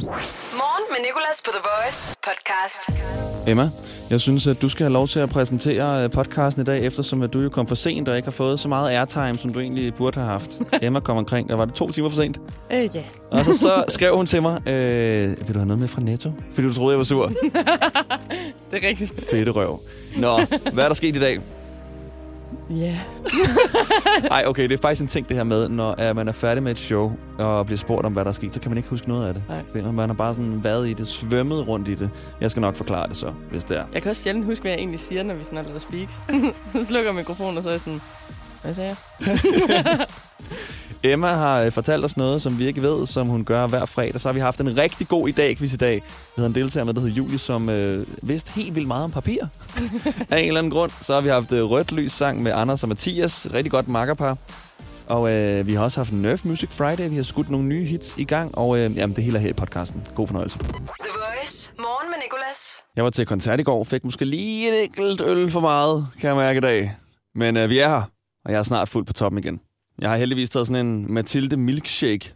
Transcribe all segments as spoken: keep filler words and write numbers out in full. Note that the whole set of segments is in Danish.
Morgen med Nicolas på The Voice podcast. Emma, jeg synes, at du skal have lov til at præsentere podcasten i dag, eftersom at du jo kom for sent og ikke har fået så meget airtime, som du egentlig burde have haft. Emma kom omkring, og var det to timer for sent? Øh, ja. Og så, så skrev hun til mig, øh, vil du have noget med fra Netto? Fordi du troede, jeg var sur. Det er rigtigt. Fede røv. Nå, hvad er der sket i dag? Ja. Ej, okay, det er faktisk en ting, det her med, når uh, man er færdig med et show og bliver spurgt om, hvad der er sket, så kan man ikke huske noget af det. Nej. Man har bare sådan været i det, svømmet rundt i det. Jeg skal nok forklare det så, hvis det er. Jeg kan også sjældent huske, hvad jeg egentlig siger, når vi sådan lader speaks. Så slukker mikrofonen, og så er jeg sådan, hvad sagde jeg? Emma har fortalt os noget, som vi ikke ved, som hun gør hver fredag. Så har vi haft en rigtig god i dag, quiz i dag. Vi havde en deltager med, der hedder Julie, som øh, vidste helt vildt meget om papir. Af en eller anden grund. Så har vi haft øh, Rødt Lys sang med Anders og Mathias. Et rigtig godt makkerpar. Og øh, vi har også haft Nerf Music Friday. Vi har skudt nogle nye hits i gang. Og øh, jamen, det hele er her i podcasten. God fornøjelse. The Voice. Morgen med Nicolas. Jeg var til koncert i går. Fik måske lige et enkelt øl for meget, kan jeg mærke i dag. Men øh, vi er her, og jeg er snart fuldt på toppen igen. Jeg har heldigvis taget sådan en Mathilde milkshake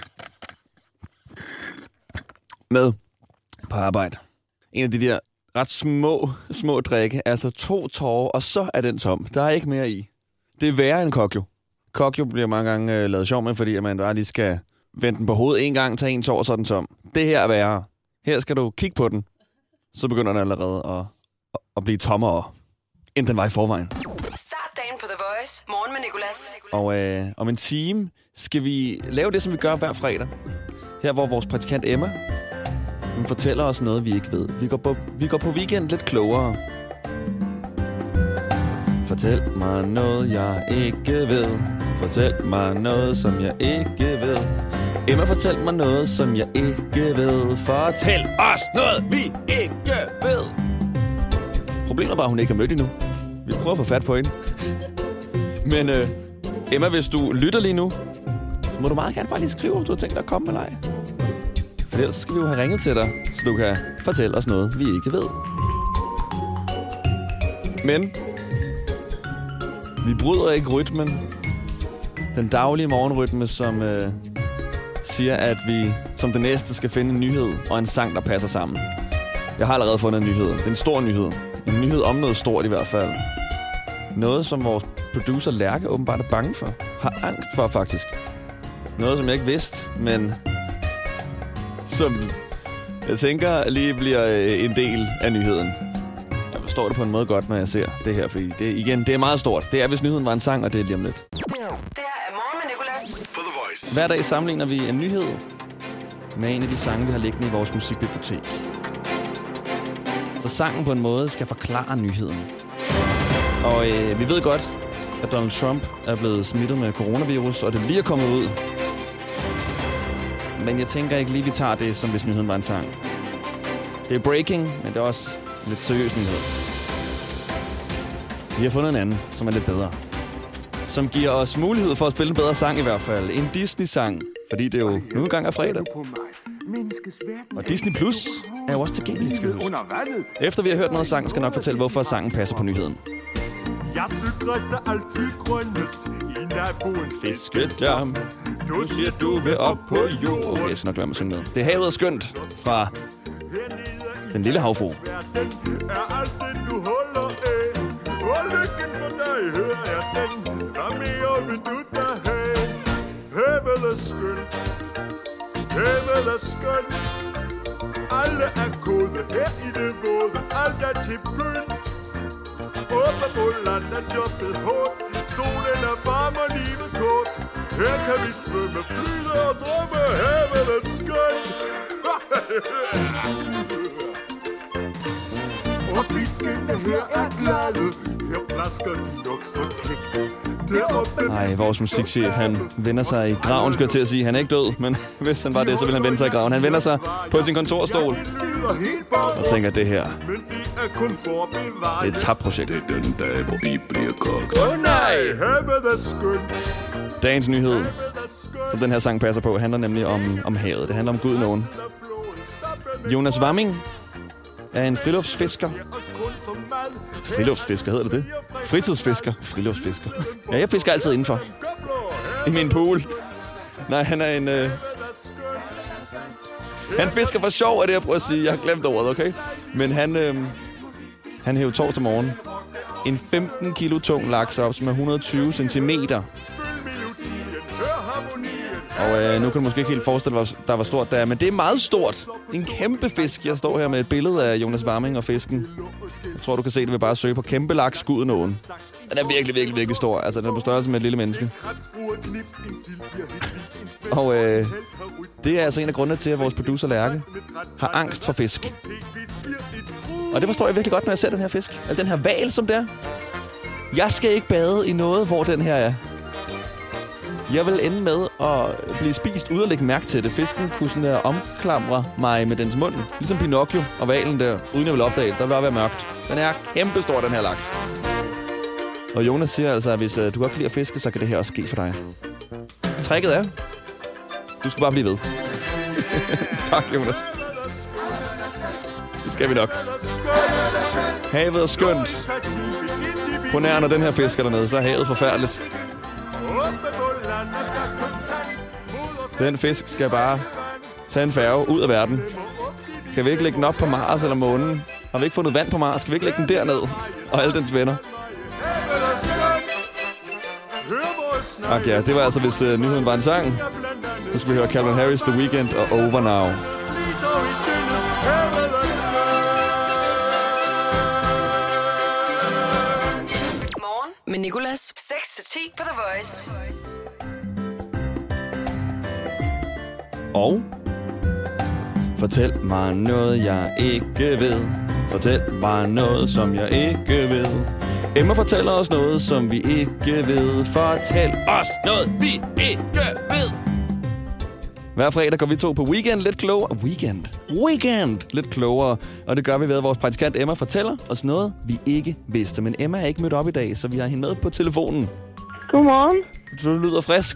med på arbejde. En af de der ret små, små drikke. Altså to tårer, og så er den tom. Der er ikke mere i. Det er værre end Kokjo. Kokjo bliver mange gange øh, lavet sjov med, fordi at man bare lige skal vende den på hovedet en gang, tage en tår, så er den tom. Det her er værre. Her skal du kigge på den. Så begynder den allerede at, at, at blive tommere, end den var i forvejen. Start dagen på The Voice. Morgen med Nicolas. Og øh, om en time skal vi lave det, som vi gør hver fredag. Her hvor vores praktikant Emma, hun fortæller os noget, vi ikke ved. Vi går på, vi går på weekend lidt klogere. Fortæl mig noget, jeg ikke ved. Fortæl mig noget, som jeg ikke ved. Emma, fortæl mig noget, som jeg ikke ved. Fortæl os noget, vi ikke ved. Problemet er bare, at hun ikke har mødt endnu. Vi prøver at få fat på hende. Men øh, Emma, hvis du lytter lige nu, så må du meget gerne bare lige skrive, om du har tænkt dig at komme med dig. For ellers skal vi jo have ringet til dig, så du kan fortælle os noget, vi ikke ved. Men vi bryder ikke rytmen. Den daglige morgenrytme, som øh, siger, at vi som det næste skal finde en nyhed og en sang, der passer sammen. Jeg har allerede fundet en nyhed. Det er en stor nyhed. En nyhed om noget stort i hvert fald. Noget, som vores producer Lærke åbenbart er bange for. Har angst for, faktisk. Noget, som jeg ikke vidste, men som jeg tænker lige bliver en del af nyheden. Jeg forstår det på en måde godt, når jeg ser det her, fordi det, igen, det er meget stort. Det er, hvis nyheden var en sang, og det er lige om lidt. Det her er Morgen med Nicolas. På The Voice. Hver dag sammenligner vi en nyhed med en af de sange, vi har liggende i vores musikbibliotek. Så sangen på en måde skal forklare nyheden. Og øh, vi ved godt, at Donald Trump er blevet smittet med coronavirus, og det lige er kommet ud. Men jeg tænker ikke lige, vi tager det, som hvis nyheden var en sang. Det er breaking, men det er også lidt seriøs nyhed. Vi har fundet en anden, som er lidt bedre. Som giver os mulighed for at spille en bedre sang i hvert fald. En Disney-sang, fordi det er jo nu engang er fredag. Og Disney Plus er jo også tilgængeligt, skal vi huske. Efter vi har hørt noget sang, skal jeg nok fortælle, hvorfor sangen passer på nyheden. Jeg cykler så altid grønnest i naboens Fiskedam. Du siger, du vil op på jord. Okay, jeg skal nok være med at synge med. Det er Havet er skønt fra Den Lille Havfru. er alt det, du holder af. Og lykken for dig, her er den. Hvad mere vil du da have? Havet er skønt. Havet er skønt. Alle er gode her i det våde. Alt er til pynt. Oppe på land er jobbet hårdt. Solen er varm og livet kort. Her kan vi svømme, flyde og drømme. Havet er skønt. Og fiskene her er glade. Her plasker de nok så kægt. Nej, vores musikchef, han vender sig i graven, skal jeg til at sige. Han er ikke død, men hvis han var det, så ville han vende sig i graven. Han vender sig på sin kontorstol og tænker, at det her, det er et tabt projekt. Det er den dag, hvor vi bliver kogt. Åh oh, nej! Havet er skønt. Dagens nyhed, som den her sang passer på, handler nemlig om, om havet. Det handler om Gudnåen. Jonas Warming er en friluftsfisker. Friluftsfisker hedder det det? Fritidsfisker. Friluftsfisker. Ja, jeg fisker altid indenfor. I min pool. Nej, han er en... Øh... Han fisker for sjov, er det, jeg prøver at sige. Jeg har glemt ordet, okay? Men han, øh, han hævde torsdag morgen en femten kilo tung laks op, som er et hundrede og tyve centimeter. Og øh, nu kan du måske ikke helt forestille dig, der var stort der, men det er meget stort. En kæmpe fisk. Jeg står her med et billede af Jonas Warming og fisken. Jeg tror, du kan se det ved bare at søge på kæmpe laks Skudenåen. Den er virkelig, virkelig, virkelig stor. Altså, den er på størrelse med et lille menneske. Og øh, det er altså en af grundene til, at vores producer Lærke har angst for fisk. Og det forstår jeg virkelig godt, når jeg ser den her fisk. Eller den her hval, som det er. Jeg skal ikke bade i noget, hvor den her er. Jeg vil ende med at blive spist uden at lægge mærke til det. Fisken kunne sådan der omklamre mig med dens mund. Ligesom Pinocchio og hvalen der, uden jeg vil opdage det. Der vil bare være mørkt. Den er kæmpestor, den her laks. Og Jonas siger altså, at hvis uh, du godt kan lide at fiske, så kan det her også ske for dig. Tricket er, du skal bare blive ved. Tak, Jonas. Det skal vi nok. Havet er skønt. På nær, når den her fisk er dernede, så er havet forfærdeligt. Den fisk skal bare tage en færge ud af verden. Kan vi ikke lægge den op på Mars eller månen? Har vi ikke fundet vand på Mars? Skal vi ikke lægge den derned? Og alle dens venner. Ak ja, det var altså, hvis uh, nyheden var en sang. Nu skal vi høre Calvin Harris, The Weeknd og Over Now. Morgen med Nicolas. seks til ti på The Voice. Og fortæl mig noget, jeg ikke ved. Fortæl mig noget, som jeg ikke ved. Emma fortæller os noget, som vi ikke ved. Fortæl os noget, vi ikke ved. Hver fredag går vi to på weekend lidt klogere. Weekend. Weekend. Lidt klogere. Og det gør vi ved, at vores praktikant Emma fortæller os noget, vi ikke vidste. Men Emma er ikke mødt op i dag, så vi har hende med på telefonen. Godmorgen. Du lyder frisk.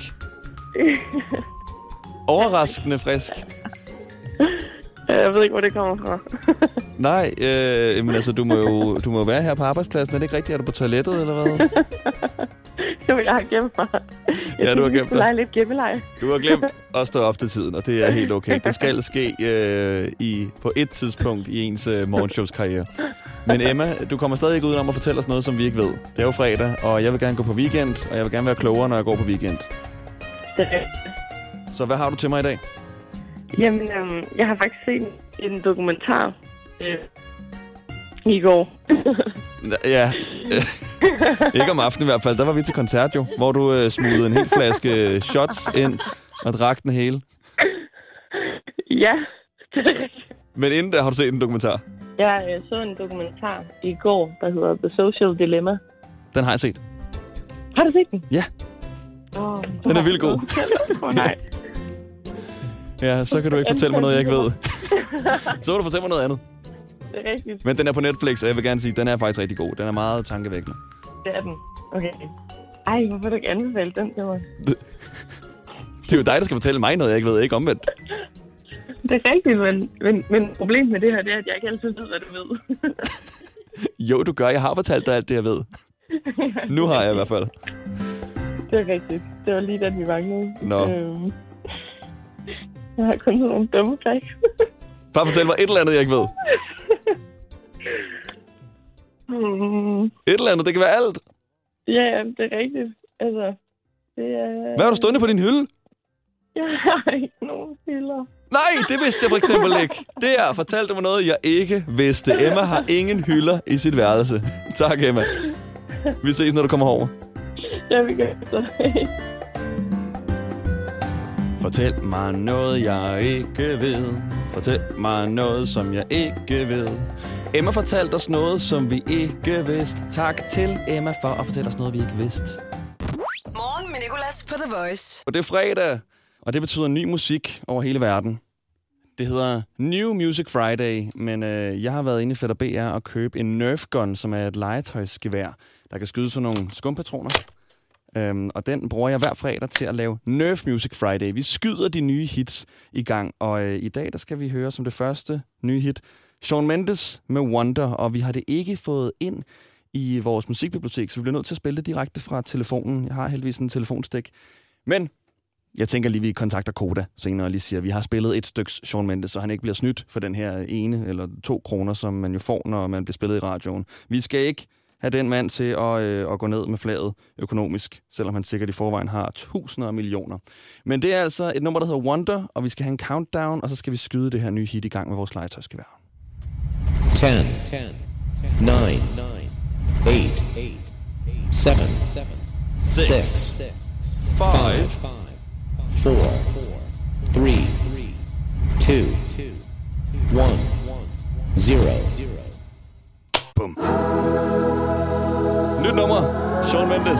Overraskende frisk. Jeg ved ikke, hvor det kommer fra. Nej, øh, men altså, du må jo du må være her på arbejdspladsen. Er det ikke rigtigt? Er du på toilettet, eller hvad? Jo, jeg har gemt mig. Jeg ja, du har gemt dig. lege lidt gemmeleje. Du har glemt at stå op til tiden, og det er helt okay. Det skal ske øh, i, på et tidspunkt i ens øh, morgenshowskarriere. Men Emma, du kommer stadig ikke ud om at fortælle os noget, som vi ikke ved. Det er jo fredag, og jeg vil gerne gå på weekend, og jeg vil gerne være klogere, når jeg går på weekend. Det er Så hvad har du til mig i dag? Jamen, øhm, jeg har faktisk set en dokumentar øh, i går. Ja, ikke om aftenen i hvert fald. Der var vi til koncert jo, hvor du øh, smuglede en hel flaske shots ind og drak den hele. Ja, det er rigtigt. Men inden da har du set en dokumentar? Jeg øh, så en dokumentar i går, der hedder The Social Dilemma. Den har jeg set. Har du set den? Ja. Oh, den er vildt god. Åh oh, nej. Ja, så kan du ikke fortælle mig noget, jeg ikke ved. Så må du fortælle mig noget andet. Det er rigtigt. Men den er på Netflix, og jeg vil gerne sige, at den er faktisk rigtig god. Den er meget tankevækkende. Det er den. Okay. Ej, hvorfor du ikke anbefale den til mig? Det, det er jo dig, der skal fortælle mig noget, jeg ikke ved. Ikke omvendt. Det er rigtigt, men, men, men problemet med det her, det er, at jeg ikke altid ved, hvad du ved. Jo, du gør. Jeg har fortalt dig alt det, jeg ved. Nu har jeg i hvert fald. Det er rigtigt. Det var lige den, vi manglede. Nå. Øhm, jeg har kun sådan nogle dumme facts. Bare fortæl mig et eller andet, jeg ikke ved. hmm. Et eller andet, det kan være alt. Ja, det er rigtigt. Altså, det er... Hvad har du stående på din hylde? Jeg har ikke nogen hylder. Nej, det vidste jeg for eksempel ikke. Det er fortalte mig noget, jeg ikke vidste. Emma har ingen hylder i sit værelse. Tak, Emma. Vi ses, når du kommer over. Ja, vi gør det. Fortæl mig noget, jeg ikke ved. Fortæl mig noget, som jeg ikke ved. Emma fortalte os noget, som vi ikke vidste. Tak til Emma for at fortælle os noget, vi ikke vidste. Morgen med Nicolas på The Voice. Og det er fredag, og det betyder ny musik over hele verden. Det hedder New Music Friday, men øh, jeg har været inde i Fætter B R og købe en Nerf Gun, som er et legetøjsgevær, der kan skyde sådan nogle skumpatroner. Øhm, og den bruger jeg hver fredag til at lave Nerf Music Friday. Vi skyder de nye hits i gang, og øh, i dag der skal vi høre som det første nye hit Shawn Mendes med Wonder, og vi har det ikke fået ind i vores musikbibliotek, så vi bliver nødt til at spille det direkte fra telefonen. Jeg har heldigvis en telefonstik. Men Jeg tænker lige, vi kontakter Koda senere og lige siger, at vi har spillet et stykke Shawn Mendes, så han ikke bliver snydt for den her ene eller to kroner, som man jo får, når man bliver spillet i radioen. Vi skal ikke have den mand til at, øh, at gå ned med flaget økonomisk, selvom han sikkert i forvejen har tusinder af millioner. Men det er altså et nummer, der hedder Wonder, og vi skal have en countdown, og så skal vi skyde det her nye hit i gang med vores legetøjsgevær. ti, nine, eight, seven, six, five, four, three, two, one, zero. Bum. Nyt nummer. Shawn Mendes.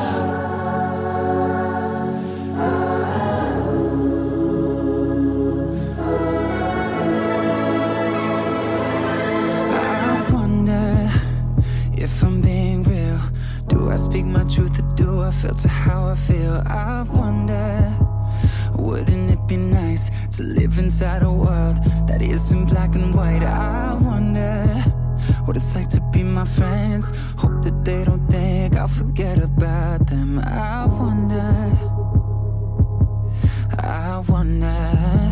I wonder if I'm being real. Do I speak my truth or do I filter how I feel? I wonder, wouldn't it be nice to live inside a world that isn't black and white? I wonder what it's like to be my friends. Hope that they don't think I'll forget about them. I wonder, I wonder.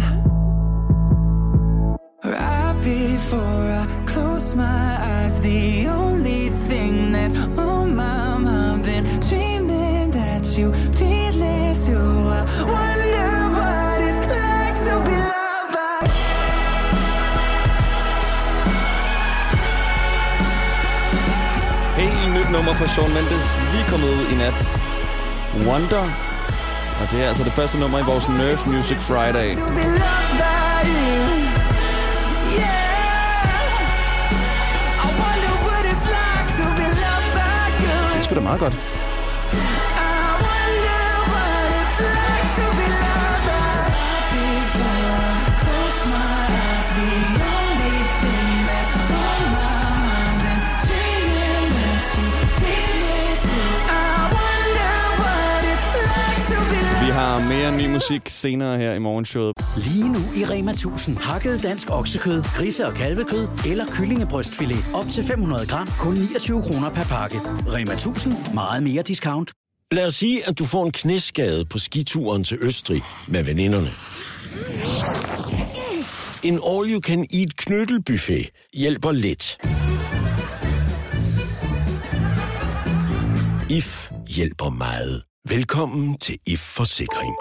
Right before I close my eyes, the only thing that's on my mind, been dreaming that you feel it too. I wonder what it's like to be loved by. Helt nyt nummer fra Shawn Mendes, lige kommet ud i nat. Wonder. Og det er altså det første nummer i vores Nerve Music Friday. To be loved by you. Det er sgu da meget godt. Vi har mere ny musik senere her i morgenshowet. Lige nu i Rema tusind. Hakket dansk oksekød, grise- og kalvekød eller kyllingebrystfilet op til fem hundrede gram. Kun niogtyve kroner per pakke. Rema tusind. Meget mere discount. Lad os sige, at du får en knæskade på skituren til Østrig med veninderne. En all-you-can-eat knyttelbuffet hjælper lidt. I F hjælper meget. Velkommen til I F Forsikring.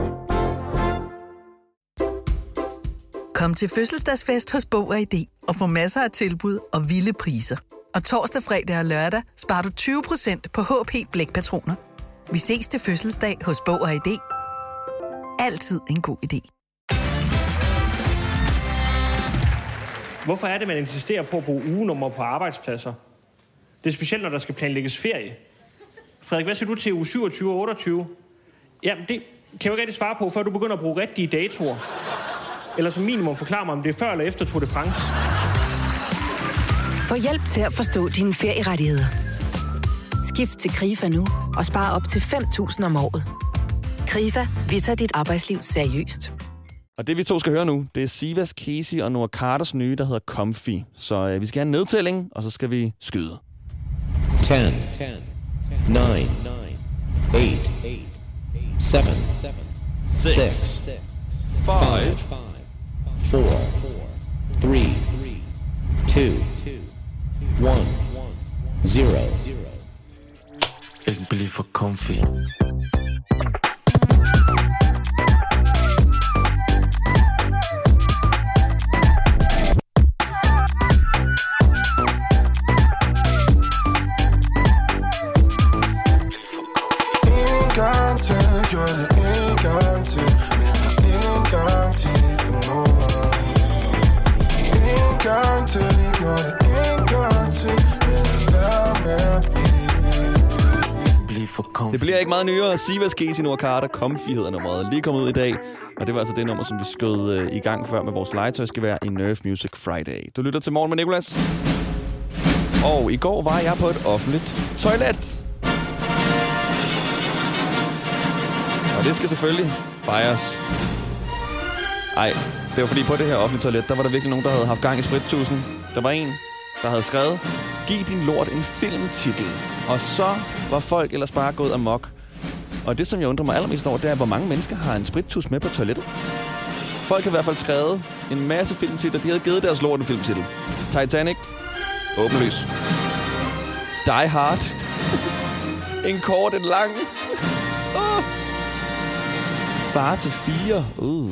Kom til fødselsdagsfest hos Bog og I D og få masser af tilbud og vilde priser. Og torsdag, fredag og lørdag sparer du tyve procent på H P blækpatroner. Vi ses til fødselsdag hos Bog og I D. Altid en god idé. Hvorfor er det, man insisterer på at bruge ugenummer på arbejdspladser? Det er specielt, når der skal planlægges ferie. Frederik, hvad siger du til uge syvogtyve og otteogtyve? Jamen, det kan jeg jo ikke rigtig svare på, før du begynder at bruge rigtige datoer. Eller som minimum forklare mig, om det er før eller efter Tour de France. Få hjælp til at forstå dine ferierettigheder. Skift til KRIFA nu og spar op til fem tusind om året. KRIFA, vi tager dit arbejdsliv seriøst. Og det vi to skal høre nu, det er Sivas, Casey og Noah Carters nye, der hedder Comfy. Så øh, vi skal have en nedtælling, og så skal vi skyde. ti, nine, eight, seven, six, five, four, three, two, one, zero. Jeg kan blive for comfy. Det bliver ikke meget nyere. Sivas, Casey, Noah Carter, Comfy hedder nummeret. Lige kommet ud i dag. Og det var altså det nummer, som vi skød øh, i gang før med vores legetøjsgevær i Nerve Music Friday. Du lytter til Morgen med Nicolas. Og i går var jeg på et offentligt toilet. Og det skal selvfølgelig fejres. Ej, det var fordi på det her offentlige toilet, der var der virkelig nogen, der havde haft gang i sprittusen. Der var en, der havde skrevet, giv din lort en filmtitel. Og så var folk ellers bare gået amok Og det, som jeg undrer mig allermest over, det er, hvor mange mennesker har en sprittus med på toilettet. Folk har i hvert fald skrevet en masse filmtitler. De havde givet deres lort en filmtitel. Titanic. Åbenløs. Die Hard. En kort, en lang. Oh. Far til fire. Uh.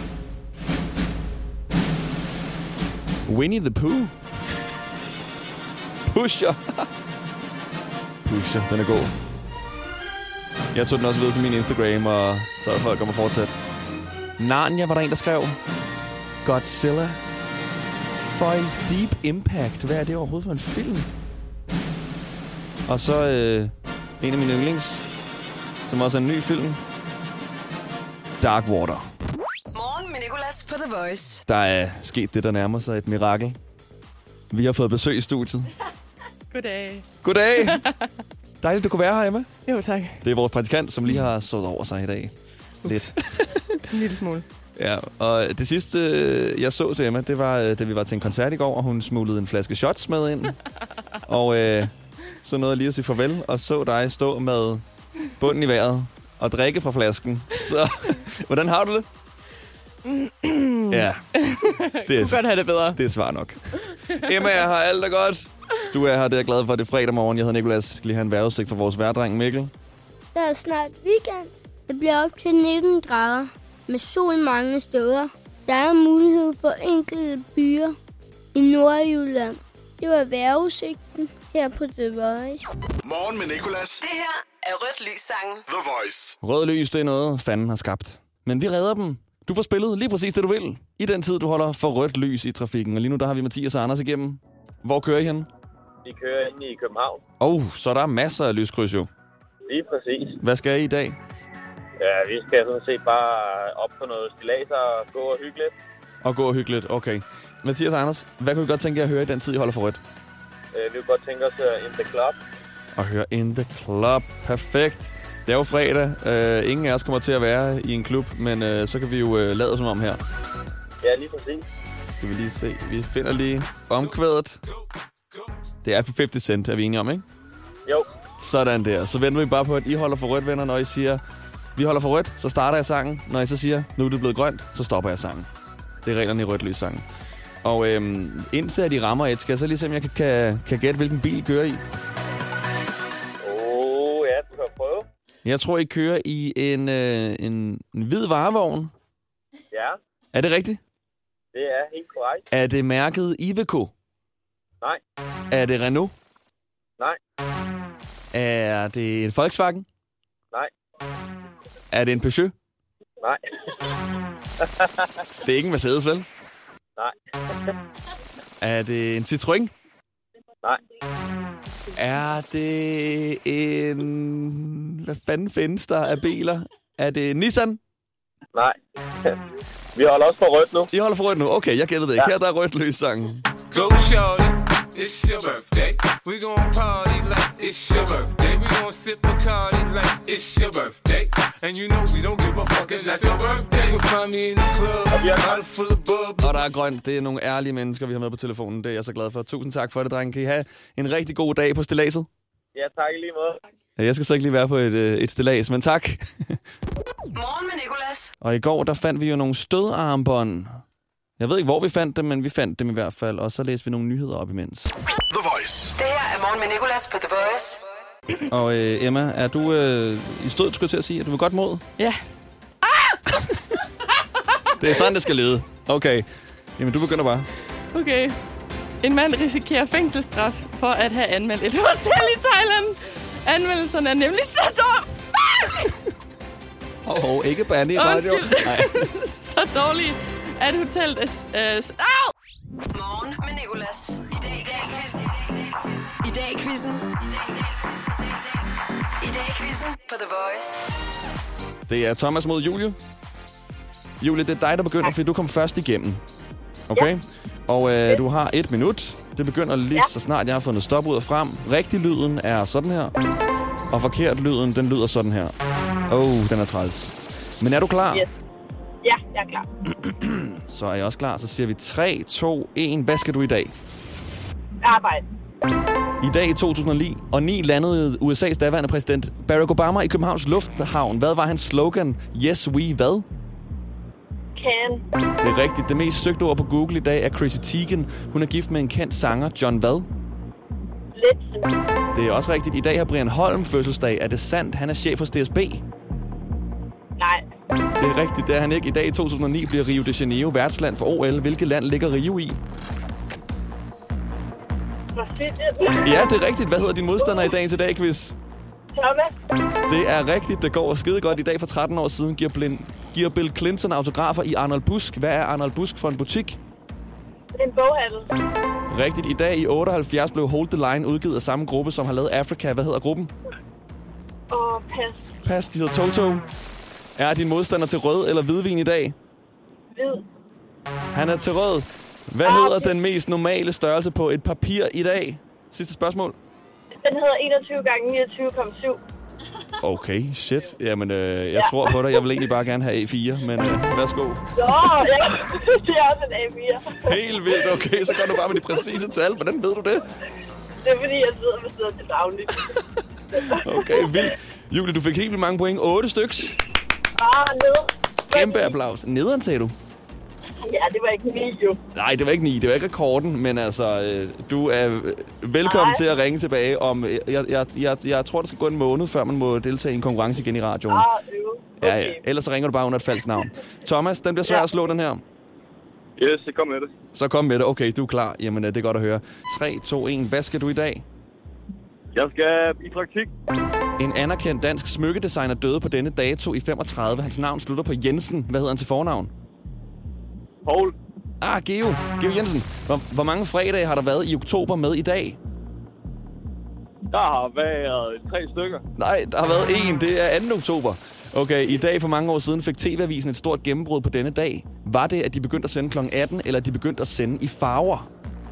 Winnie the Pooh. Pusher. Pusher, den er god. Jeg tog den også videre til min Instagram, og der er folk om at fortsætte. Narnia var der en, der skrev. Godzilla. For en Deep Impact. Hvad er det overhovedet for en film? Og så øh, en af mine yndlings, som også er en ny film. Dark Water. Morgen med Nicolas på The Voice. Der er sket det, der nærmer sig et mirakel. Vi har fået besøg i studiet. Goddag. Goddag. Dejligt, du kunne være her, Emma. Jo, tak. Det er vores praktikant, som lige har sovet over sig i dag. Lidt. En lille smule. Ja, og det sidste, jeg så til Emma, det var, da vi var til en koncert i går, og hun smuglede en flaske shots med ind. Og øh, så nåede jeg lige at sige farvel, og så dig stå med bunden i vejret og drikke fra flasken. Så hvordan har du det? Ja, det er, du kan godt have det bedre. Det er svar nok. Emma, jeg har alt er godt. Du er her, det er jeg glad for. Det er fredag morgen. Jeg hedder Nicolas. Jeg skal lige have en vejrudsigt for vores værdreng Mikkel. Der er snart weekend. Det bliver op til nitten grader med sol mange steder. Der er mulighed for enkelte byer i Nordjylland. Det var vejrudsigten her på The Voice. Morgen med Nicolas. Det her er Rødt Lys-sangen. The Voice. Rød lys, det er noget, fanden har skabt. Men vi redder dem. Du får spillet lige præcis det, du vil. I den tid, du holder for rødt lys i trafikken. Og lige nu, der har vi Mathias og Anders igennem. Hvor kører I hen? Vi kører ind i København. Åh, oh, så der er masser af lyskryds jo. Lige præcis. Hvad skal I i dag? Ja, vi skal sådan set bare op på noget stillaser og gå og hygge lidt. Og gå og hygge lidt, okay. Mathias og Anders, hvad kunne I godt tænke jer at høre i den tid, I holder for rødt? Uh, vi kunne godt tænke os uh, In The Club. Og høre In The Club. Perfekt. Det er jo fredag. Uh, ingen af os kommer til at være i en klub, men uh, så kan vi jo uh, lade som om her. Ja, lige præcis. Skal vi lige se. Vi finder lige omkvædet. Det er for halvtreds cent, er vi enige om, ikke? Jo. Sådan der. Så venter vi bare på, at I holder for rødt, venner, når I siger, vi holder for rødt, så starter jeg sangen. Når I så siger, nu er det blevet grønt, så stopper jeg sangen. Det er reglerne i rødt lys-sangen. Og øhm, indtil at I rammer et, skal jeg så lige se, om jeg kan, kan, kan gætte, hvilken bil I kører i. Åh, oh, ja, du kan prøve. Jeg tror, I kører i en, øh, en, en hvid varevogn. Ja. Er det rigtigt? Det er helt korrekt. Er det mærket Iveco? Nej. Er det Renault? Nej. Er det en Volkswagen? Nej. Er det en Peugeot? Nej. Det er ikke en Mercedes, vel? Nej. Er det en Citroën? Nej. Er det en... Hvad fanden findes der af biler? Er det Nissan? Nej. Vi holder også for rødt nu. I holder for rødt nu? Okay, jeg gætter det ikke. Ja. Her der er rødt lys-sangen. Go shorty, it's your birthday. We gon' party like it's your birthday. We gon' sip Bacardi like it's your birthday. And you know we don't give a fuck, it's not your birthday. You can find me in the club, bottle full of bub. Og der er grønt. Det er nogle ærlige mennesker, vi har med på telefonen. Det er jeg så glad for. Tusind tak for det, drenge. Kan I have en rigtig god dag på stilladset? Ja, tak i lige måde. Ja, jeg skal så ikke lige være på et, et stillads, men tak. Morgen med Nicolas. Og i går, der fandt vi jo nogle stødarmbånd. Jeg ved ikke, hvor vi fandt dem, men vi fandt dem i hvert fald. Og så læste vi nogle nyheder op imens. The Voice. Det her er Morgen med Nicolas på The Voice. Og øh, Emma, er du øh, i stød, skulle jeg til at sige? Er du ved godt mod? Ja. Det er sådan, det skal lyde. Okay. Jamen, du begynder bare. Okay. En mand risikerer fængselsstraf for at have anmeldt et hotel i Thailand. Anmeldelserne er nemlig så dårlige. Åh, oh, ikke bande i radio. Undskyld. Så dårlige, at hotellet er... Øh, au! Morgen med Nicolas. I dag i dag I dag i quizzen. I dag i quizzen på The Voice. Det er Thomas mod Julie. Julie, det er dig, der begynder, fordi du kom først igennem. Okay? Ja. Og øh, du har et minut. Det begynder lige ja. så snart, jeg har fundet stopuret frem. Rigtig lyden er sådan her. Og forkert lyden, den lyder sådan her. Åh, oh, den er træls. Men er du klar? Yes. Ja, jeg er klar. Så er jeg også klar. Så siger vi tre, to, et. Hvad skal du i dag? Arbejde. I dag i to tusind og ni landede U S A's daværende præsident Barack Obama i Københavns Lufthavn. Hvad var hans slogan? Yes, we hvad? Can. Det er rigtigt. Det mest søgte ord på Google i dag er Chrissy Teigen. Hun er gift med en kendt sanger, John hvad? Letsen. Det er også rigtigt. I dag har Brian Holm fødselsdag. Er det sandt, han er chef hos D S B? Nej. Det er rigtigt, det er han ikke. I dag i to tusind og ni bliver Rio de Janeiro værtsland for O L. Hvilket land ligger Rio i? Brasilien. Ja, det er rigtigt. Hvad hedder din modstander i dagens i dag, quiz? Thomas. Det er rigtigt. Det går skide godt. I dag for tretten år siden giver, Blind, giver Bill Clinton autografer i Arnold Busk. Hvad er Arnold Busk for en butik? En boghandel. Rigtigt. I dag i otteoghalvfjerds blev Hold the Line udgivet af samme gruppe, som har lavet Africa. Hvad hedder gruppen? Og pas. Pas, de hedder Toto. Er din modstander til rød eller hvidvin i dag? Hvid. Han er til rød. Hvad hedder den mest normale størrelse på et papir i dag? Sidste spørgsmål. Den hedder enogtyve gange niogtyve komma syv. Okay, shit. Jamen, øh, jeg ja. tror på dig. Jeg vil egentlig bare gerne have A fire, men øh, værsgo. Nå, ja. Det er også en A fire. Helt vildt. Okay, så gør du bare med de præcise tal. Hvordan ved du det? Det er fordi, jeg sidder med stedet til dagligt. Okay, vildt. Julie, du fik helt vildt mange point. otte styks. Ah, ned. Kæmpe applaus. Nederen, sagde du? Ja, det var ikke ni, jo. Nej, det var ikke ni. Det var ikke rekorden, men altså, øh, du er velkommen Nej. til at ringe tilbage om... Jeg, jeg, jeg, jeg tror, det skal gå en måned, før man må deltage i en konkurrence igen i radioen. Ah, okay. Ja, ja. Ellers så ringer du bare under et falsk navn. Thomas, den bliver svær ja. at slå, den her. Yes, så kom med det. Så kom med det. Okay, du er klar. Jamen, det er godt at høre. tre, to, et. Hvad skal du i dag? Jeg skal i praktik. En anerkendt dansk smykkedesigner døde på denne dato i femogtredive. Hans navn slutter på Jensen. Hvad hedder han til fornavn? Poul. Ah, Geo. Geo Jensen. Hvor, hvor mange fredage har der været i oktober med i dag? Der har været tre stykker. Nej, der har været en. Det er anden oktober. Okay, i dag for mange år siden fik T V-avisen et stort gennembrud på denne dag. Var det, at de begyndte at sende klokken atten, eller at de begyndte at sende i farver?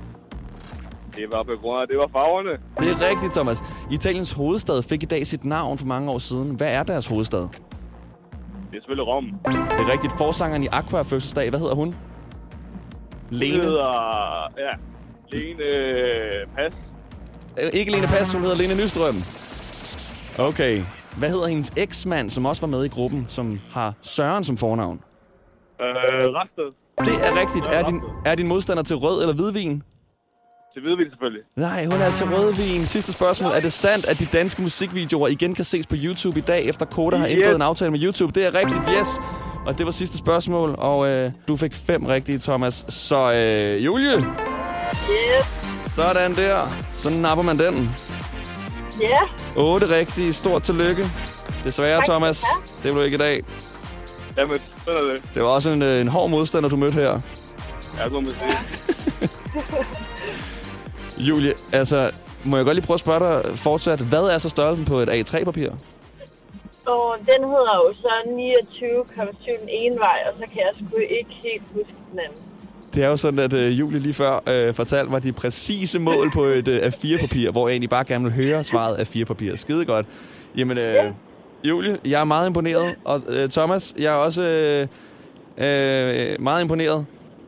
Det var på grund af, det var farverne. Det er rigtigt, Thomas. Italiens hovedstad fik i dag sit navn for mange år siden. Hvad er deres hovedstad? Det er selvfølgelig Rom. Det er rigtigt. Forsangeren i Aqua fødselsdag. Hvad hedder hun? Lene. Hun hedder... Ja. Lene Pas. Ikke Lene Pas, hun hedder Lene Nystrøm. Okay. Hvad hedder hendes eksmand, som også var med i gruppen, som har Søren som fornavn? Øh, Rasted. Det er rigtigt. Er din, er din modstander til rød eller hvidvin? Til hvidvin selvfølgelig. Nej, hun er til rødvin. Sidste spørgsmål. Er det sandt, at de danske musikvideoer igen kan ses på YouTube i dag, efter Koda har indgået yes. en aftale med YouTube? Det er rigtigt, yes. Og det var sidste spørgsmål, og øh, du fik fem rigtige, Thomas. Så øh, Julie? Yes. Sådan der. Så napper man den. Ja. Yeah. Otte rigtige. Stort tillykke. Desværre, tak, Thomas. Det blev ikke i dag. Jamen, sådan er det. Det var også en, øh, en hård modstander, du mødte her. Ja, det må man sige. Julie, altså, må jeg godt lige prøve at spørge dig fortsat, hvad er så størrelsen på et A tre papir? Og den hedder jo så niogtyve komma syv den ene vej, og så kan jeg sgu ikke helt huske den anden. Det er jo sådan, at uh, Julie lige før uh, fortalte mig de præcise mål på et uh, A fire papir, hvor jeg egentlig bare gerne vil høre svaret A fire papir. Skide godt. Jamen, uh, ja. Julie, jeg er meget imponeret, og uh, Thomas, jeg er også uh, uh, meget imponeret.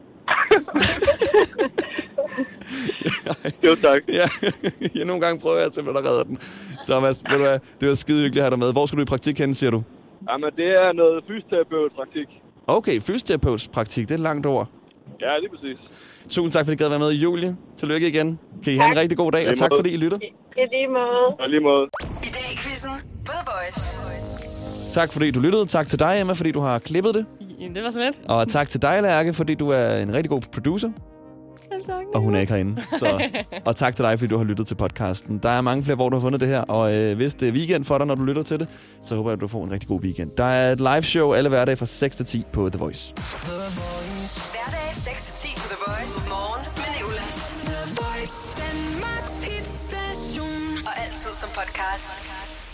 Jo, tak. Ja, ja, nogle gange prøver jeg simpelthen at redde den. Thomas, ved du hvad, det var skide hyggeligt at have dig med. Hvor skal du i praktik hen, siger du? Jamen, det er noget fysioterapeut-praktik. Okay, fysioterapeuts-praktik, det er et langt ord. Ja, lige præcis. Tusind tak, fordi I gad være med, Julie. Tillykke igen. Kan I have en rigtig god dag, og tak fordi I lytter. I lige måde. I lige måde. I dag i quizzen på The Voice. Tak fordi du lyttede. Tak til dig, Emma, fordi du har klippet det. Ja, det var så let. Og tak til dig, Lærke, fordi du er en rigtig god producer. Selv tak. Og hun er ikke herinde. Så. Og tak til dig, fordi du har lyttet til podcasten. Der er mange flere, hvor du har fundet det her. Og øh, hvis det er weekend for dig, når du lytter til det, så håber jeg, at du får en rigtig god weekend. Der er et live show alle hverdage fra seks til ti på The Voice. Hverdag seks til ti på The Voice. Morgen med Nicolas. The Voice. Danmarks hitstation. Og altid som podcast.